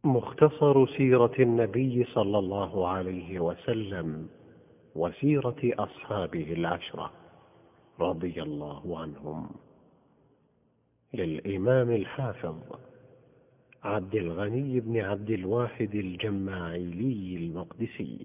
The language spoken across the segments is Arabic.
مختصر سيرة النبي صلى الله عليه وسلم وسيرة أصحابه العشرة رضي الله عنهم، للإمام الحافظ عبد الغني بن عبد الواحد الجماعيلي المقدسي.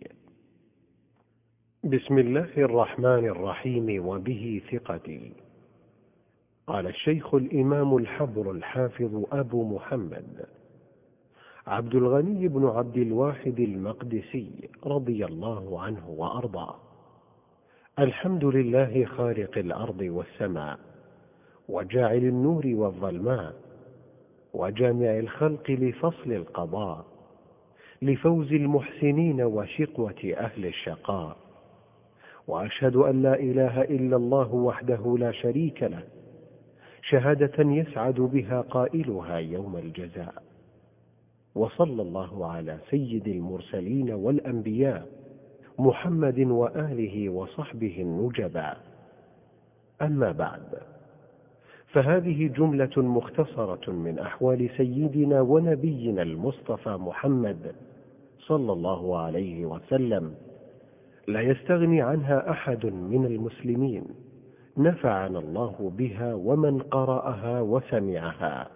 بسم الله الرحمن الرحيم، وبه ثقتي. قال الشيخ الإمام الحبر الحافظ أبو محمد عبد الغني بن عبد الواحد المقدسي رضي الله عنه وأرضاه: الحمد لله خالق الأرض والسماء، وجاعل النور والظلماء، وجامع الخلق لفصل القضاء، لفوز المحسنين وشقوة أهل الشقاء. وأشهد أن لا إله إلا الله وحده لا شريك له، شهادة يسعد بها قائلها يوم الجزاء. وصلى الله على سيد المرسلين والأنبياء محمد وآله وصحبه النجباء. أما بعد، فهذه جملة مختصرة من أحوال سيدنا ونبينا المصطفى محمد صلى الله عليه وسلم، لا يستغني عنها أحد من المسلمين، نفعنا الله بها ومن قرأها وسمعها.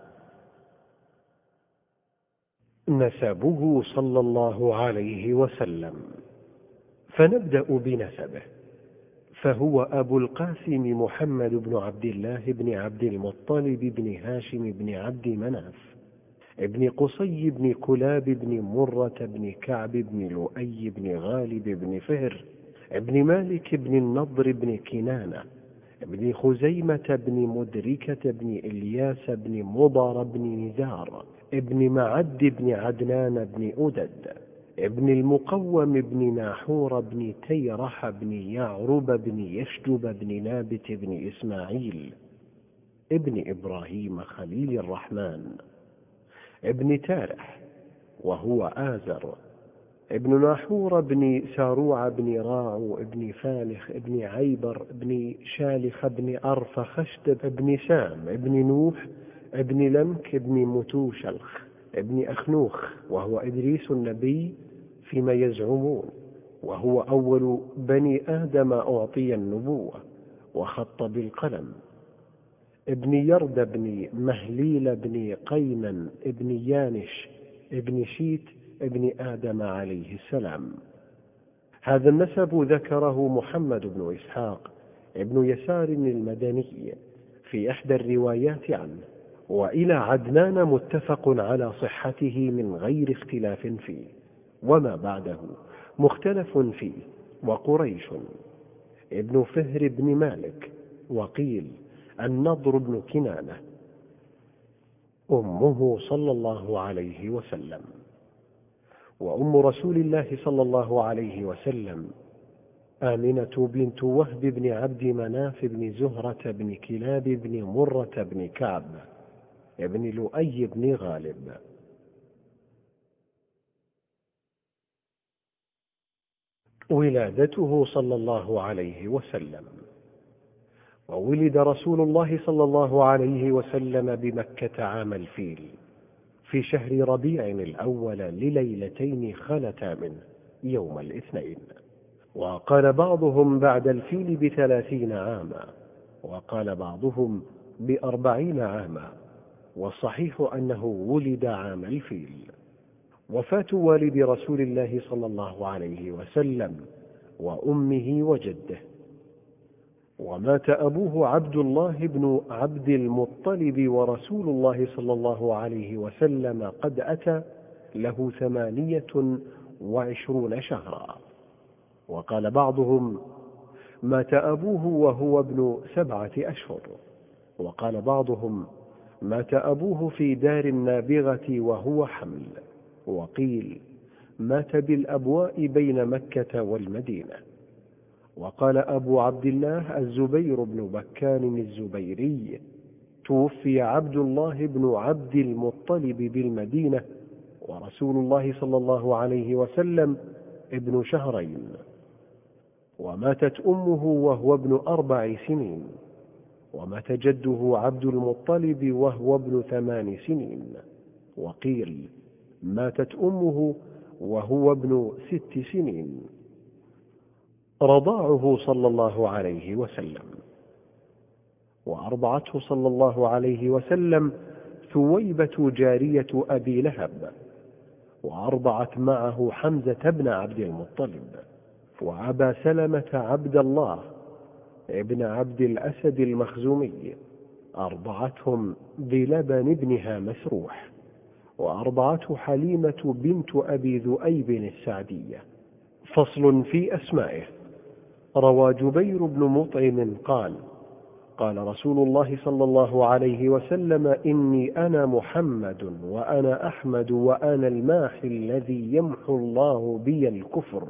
نسبه صلى الله عليه وسلم، فنبدأ بنسبه، فهو أبو القاسم محمد بن عبد الله بن عبد المطلب بن هاشم بن عبد مناف ابن قصي بن كلاب بن مرة بن كعب بن لؤي بن غالب بن فهر ابن مالك بن النضر بن كنانة ابن خزيمة بن مدركة بن إلياس بن مضر بن نزار ابن معد بن عدنان بن أدد ابن المقوم بن ناحور بن تيرح بن يعرب بن يشجب بن نابت بن إسماعيل ابن إبراهيم خليل الرحمن ابن تارح وهو آزر ابن ناحور بن ساروع بن راعو ابن فالخ ابن عيبر ابن شالخ ابن أرفخشد ابن سام ابن نوح ابن لمك ابن متوشلخ ابن أخنوخ، وهو إدريس النبي فيما يزعمون، وهو أول بني آدم أعطي النبوة وخط بالقلم. ابن يرد بن مهليل بن قينن ابن يانش ابن شيت ابن آدم عليه السلام. هذا النسب ذكره محمد بن إسحاق ابن يسار المدني في إحدى الروايات عنه، وإلى عدنان متفق على صحته من غير اختلاف فيه، وما بعده مختلف فيه. وقريش ابن فهر بن مالك، وقيل النضر بن كنانة. أمه صلى الله عليه وسلم. وأم رسول الله صلى الله عليه وسلم آمنة بنت وهب بن عبد مناف بن زهرة بن كلاب بن مرة بن كعب ابن لؤي بن غالب. ولادته صلى الله عليه وسلم. وولد رسول الله صلى الله عليه وسلم بمكة عام الفيل في شهر ربيع الأول لليلتين خلتا منه يوم الاثنين، وقال بعضهم بعد الفيل ب30 عاما، وقال بعضهم ب40 عاما، والصحيح أنه ولد عام الفيل. وفاة والد رسول الله صلى الله عليه وسلم وأمه وجده. ومات أبوه عبد الله بن عبد المطلب، ورسول الله صلى الله عليه وسلم قد أتى له 28 شهرا. وقال بعضهم مات أبوه وهو ابن 7 أشهر، وقال بعضهم مات أبوه في دار النابغة وهو حمل، وقيل مات بالأبواء بين مكة والمدينة. وقال أبو عبد الله الزبير بن بكان الزبيري توفي عبد الله بن عبد المطلب بالمدينة، ورسول الله صلى الله عليه وسلم ابن 2 شهر. وماتت أمه وهو ابن 4 سنين، ومات جده عبد المطلب وهو ابن 8 سنين، وقيل ماتت أمه وهو ابن 6 سنين. رضاعه صلى الله عليه وسلم. وأرضعته صلى الله عليه وسلم ثويبة جارية أبي لهب، وأرضعت معه حمزة بن عبد المطلب، وأبا سلمة عبد الله ابن عبد الأسد المخزومي، أرضعتهم بلبن ابنها مسروح. وأرضعته حليمة بنت أبي ذؤيب السعدية. فصل في أسمائه. روى جبير بن مطعم قال: قال رسول الله صلى الله عليه وسلم: إني أنا محمد وأنا أحمد وأنا الماحي الذي يمحو الله بي الكفر،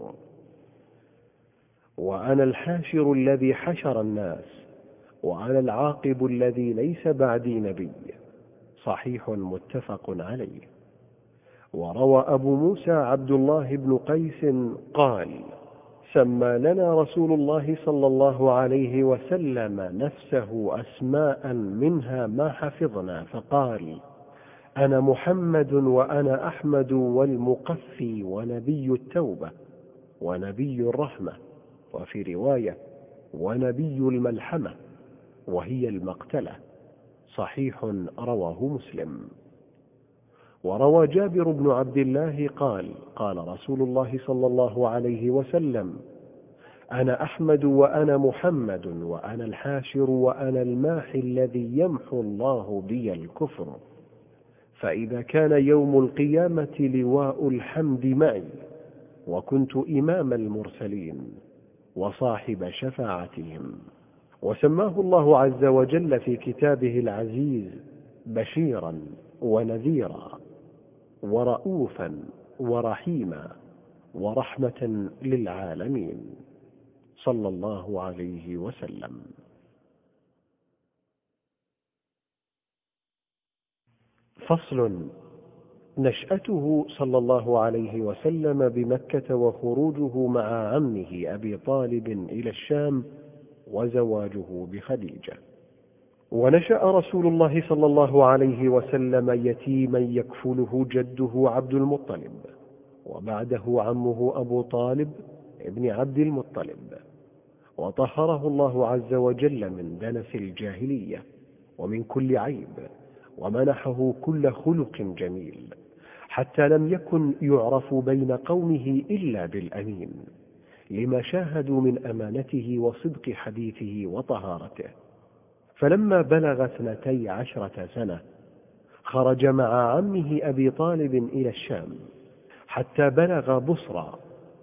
وأنا الحاشر الذي حشر الناس، وأنا العاقب الذي ليس بعدي نبي. صحيح متفق عليه. وروى أبو موسى عبد الله بن قيس قال: سمى لنا رسول الله صلى الله عليه وسلم نفسه أسماء منها ما حفظنا، فقال: أنا محمد وأنا أحمد والمقفي ونبي التوبة ونبي الرحمة، وفي رواية ونبي الملحمة وهي المقتلة. صحيح رواه مسلم. وروى جابر بن عبد الله قال: قال رسول الله صلى الله عليه وسلم: أنا أحمد وأنا محمد وأنا الحاشر وأنا الماحي الذي يمحو الله بي الكفر، فإذا كان يوم القيامة لواء الحمد معي، وكنت إمام المرسلين وصاحب شفاعتهم. وسماه الله عز وجل في كتابه العزيز بشيرا ونذيرا ورؤوفا ورحيما ورحمة للعالمين، صلى الله عليه وسلم. فصل. نشأته صلى الله عليه وسلم بمكة، وخروجه مع عمه أبي طالب إلى الشام، وزواجه بخديجة. ونشأ رسول الله صلى الله عليه وسلم يتيما يكفله جده عبد المطلب، وبعده عمه أبو طالب ابن عبد المطلب، وطهره الله عز وجل من دنس الجاهلية ومن كل عيب، ومنحه كل خلق جميل، حتى لم يكن يعرف بين قومه إلا بالأمين، لما شاهدوا من أمانته وصدق حديثه وطهارته. فلما بلغ 12 سنة خرج مع عمه أبي طالب إلى الشام، حتى بلغ بصرى،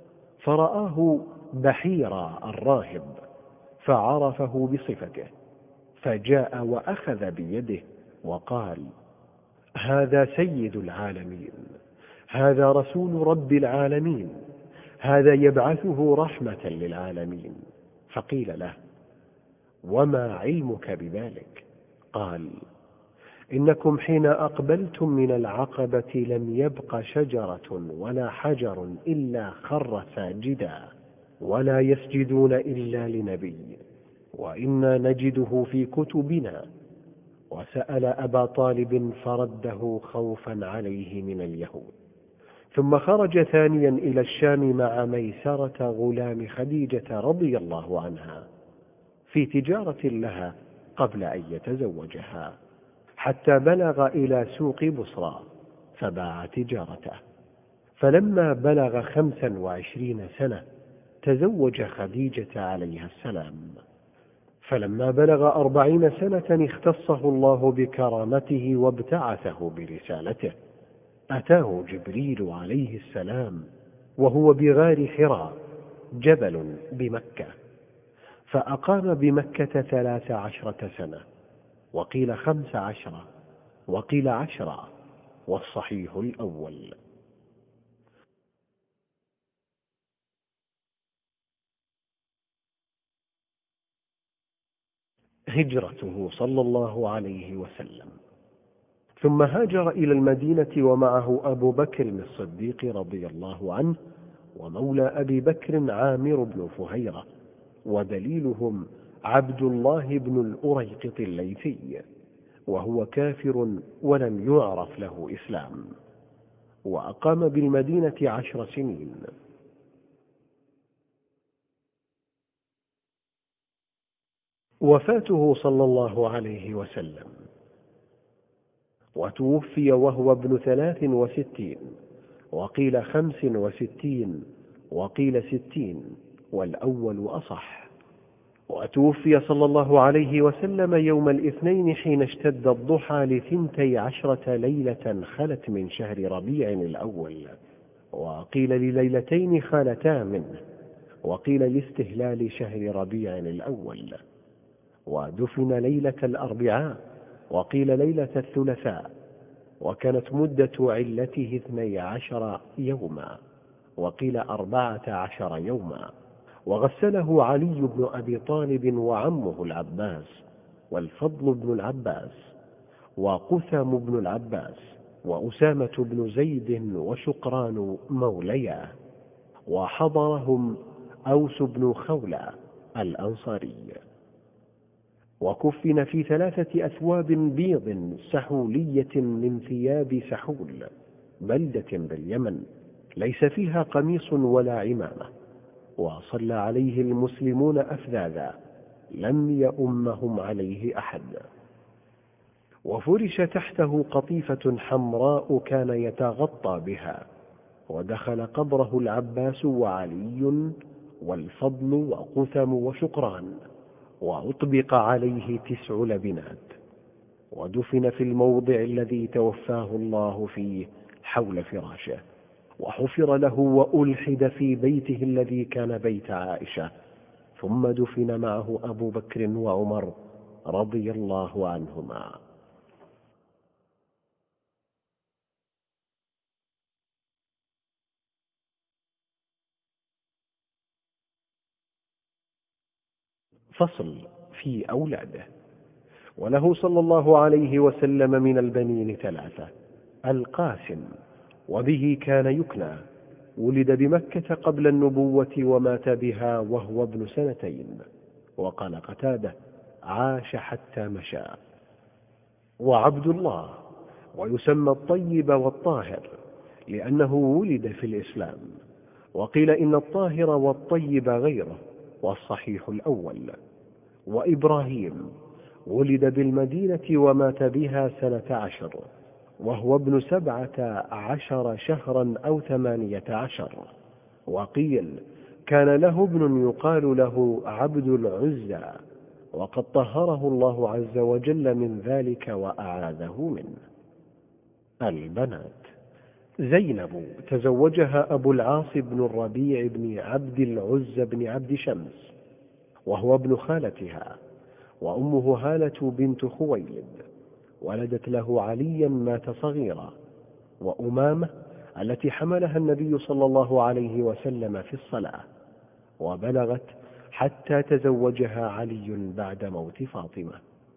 فرآه بحيرا الراهب فعرفه بصفته، فجاء وأخذ بيده وقال: هذا سيد العالمين، هذا رسول رب العالمين، هذا يبعثه رحمة للعالمين. فقيل له: وما علمك بذلك؟ قال: إنكم حين أقبلتم من العقبة لم يبق شجرة ولا حجر إلا خر ساجدا، ولا يسجدون إلا لنبي، وإنا نجده في كتبنا. وسأل أبا طالب فرده خوفا عليه من اليهود. ثم خرج ثانيا إلى الشام مع ميسرة غلام خديجة رضي الله عنها في تجارة لها قبل أن يتزوجها، حتى بلغ إلى سوق بصرى فباع تجارته. فلما بلغ 25 سنة تزوج خديجة عليها السلام. فلما بلغ 40 سنة اختصه الله بكرامته وابتعثه برسالته. أتاه جبريل عليه السلام وهو بغار حراء جبل بمكة، فأقام بمكة 13 سنة، وقيل 15 وقيل 10، والصحيح الأول. هجرته صلى الله عليه وسلم. ثم هاجر إلى المدينة ومعه أبو بكر الصديق رضي الله عنه، ومولى أبي بكر عامر بن فهيرة، ودليلهم عبد الله بن الأريقط الليثي، وهو كافر ولم يعرف له إسلام. وأقام بالمدينة 10 سنين. وفاته صلى الله عليه وسلم. وتوفي وهو ابن 63، وقيل 65، وقيل 60، والأول أصح. وتوفي صلى الله عليه وسلم يوم الاثنين حين اشتد الضحى ل12 ليلة خلت من شهر ربيع الأول، وقيل لليلتين خالتا منه، وقيل لاستهلال شهر ربيع الأول. ودفن ليلة الأربعاء، وقيل ليلة الثلاثاء، وكانت مدة علته 12 يوما، وقيل 14 يوما. وغسله علي بن أبي طالب وعمه العباس، والفضل بن العباس، وقثم بن العباس، وأسامة بن زيد، وشقران مولياه. وحضرهم أوس بن خولة الأنصاري. وكفن في 3 أثواب بيض سحولية من ثياب سحول، بلدة باليمن، ليس فيها قميص ولا عمامة. وصلى عليه المسلمون أفذاذا، لم يؤمهم عليه أحد. وفرش تحته قطيفة حمراء كان يتغطى بها. ودخل قبره العباس وعلي والفضل وقثم وشقران، وأطبق عليه 9 لبنات. ودفن في الموضع الذي توفاه الله فيه حول فراشه، وحفر له وألحد في بيته الذي كان بيت عائشة، ثم دفن معه أبو بكر وعمر رضي الله عنهما. فصل في أولاده. وله صلى الله عليه وسلم من البنين 3: القاسم، وبه كان يكنى، ولد بمكة قبل النبوة ومات بها وهو ابن 2 سنين. وقال قتادة: عاش حتى مشى. وعبد الله، ويسمى الطيب والطاهر لأنه ولد في الإسلام. وقيل إن الطاهر والطيب غيره، والصحيح الأول. وإبراهيم، ولد بالمدينة ومات بها 12 سنة، وهو ابن 17 شهرا أو 18. وقيل كان له ابن يقال له عبد العزى، وقد طهره الله عز وجل من ذلك وأعاذه منه. البنات: زينب تزوجها أبو العاص بن الربيع بن عبد العزى بن عبد شمس، وهو ابن خالتها، وأمه هالة بنت خويلد، ولدت له عليا مات صغيرا، وأمامة التي حملها النبي صلى الله عليه وسلم في الصلاة، وبلغت حتى تزوجها علي بعد موت فاطمة.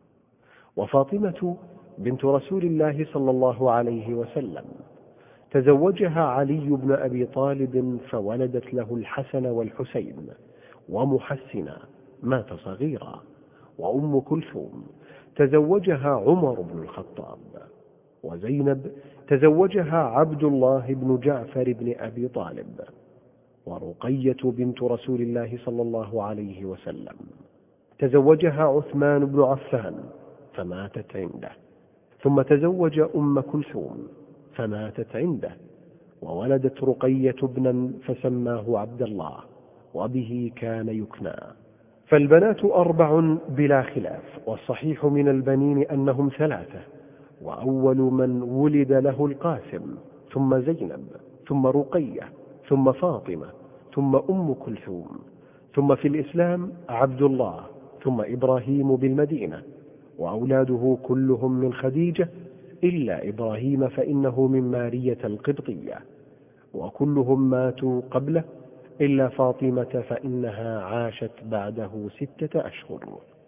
وفاطمة بنت رسول الله صلى الله عليه وسلم تزوجها علي بن أبي طالب، فولدت له الحسن والحسين، ومحسنا مات صغيرا. وأم كلثوم تزوجها عمر بن الخطاب. وزينب تزوجها عبد الله بن جعفر بن أبي طالب. ورقية بنت رسول الله صلى الله عليه وسلم تزوجها عثمان بن عفان فماتت عنده، ثم تزوج أم كلثوم فماتت عنده، وولدت رقية ابنا فسماه عبد الله، وبه كان يكنى. فالبنات 4 بلا خلاف، والصحيح من البنين أنهم 3: وأول من ولد له القاسم، ثم زينب، ثم رقية، ثم فاطمة، ثم أم كلثوم، ثم في الإسلام عبد الله، ثم إبراهيم بالمدينة. وأولاده كلهم من خديجة إلا إبراهيم فإنه من مارية القبطية، وكلهم ماتوا قبله إلا فاطمة فإنها عاشت بعده 6 أشهر.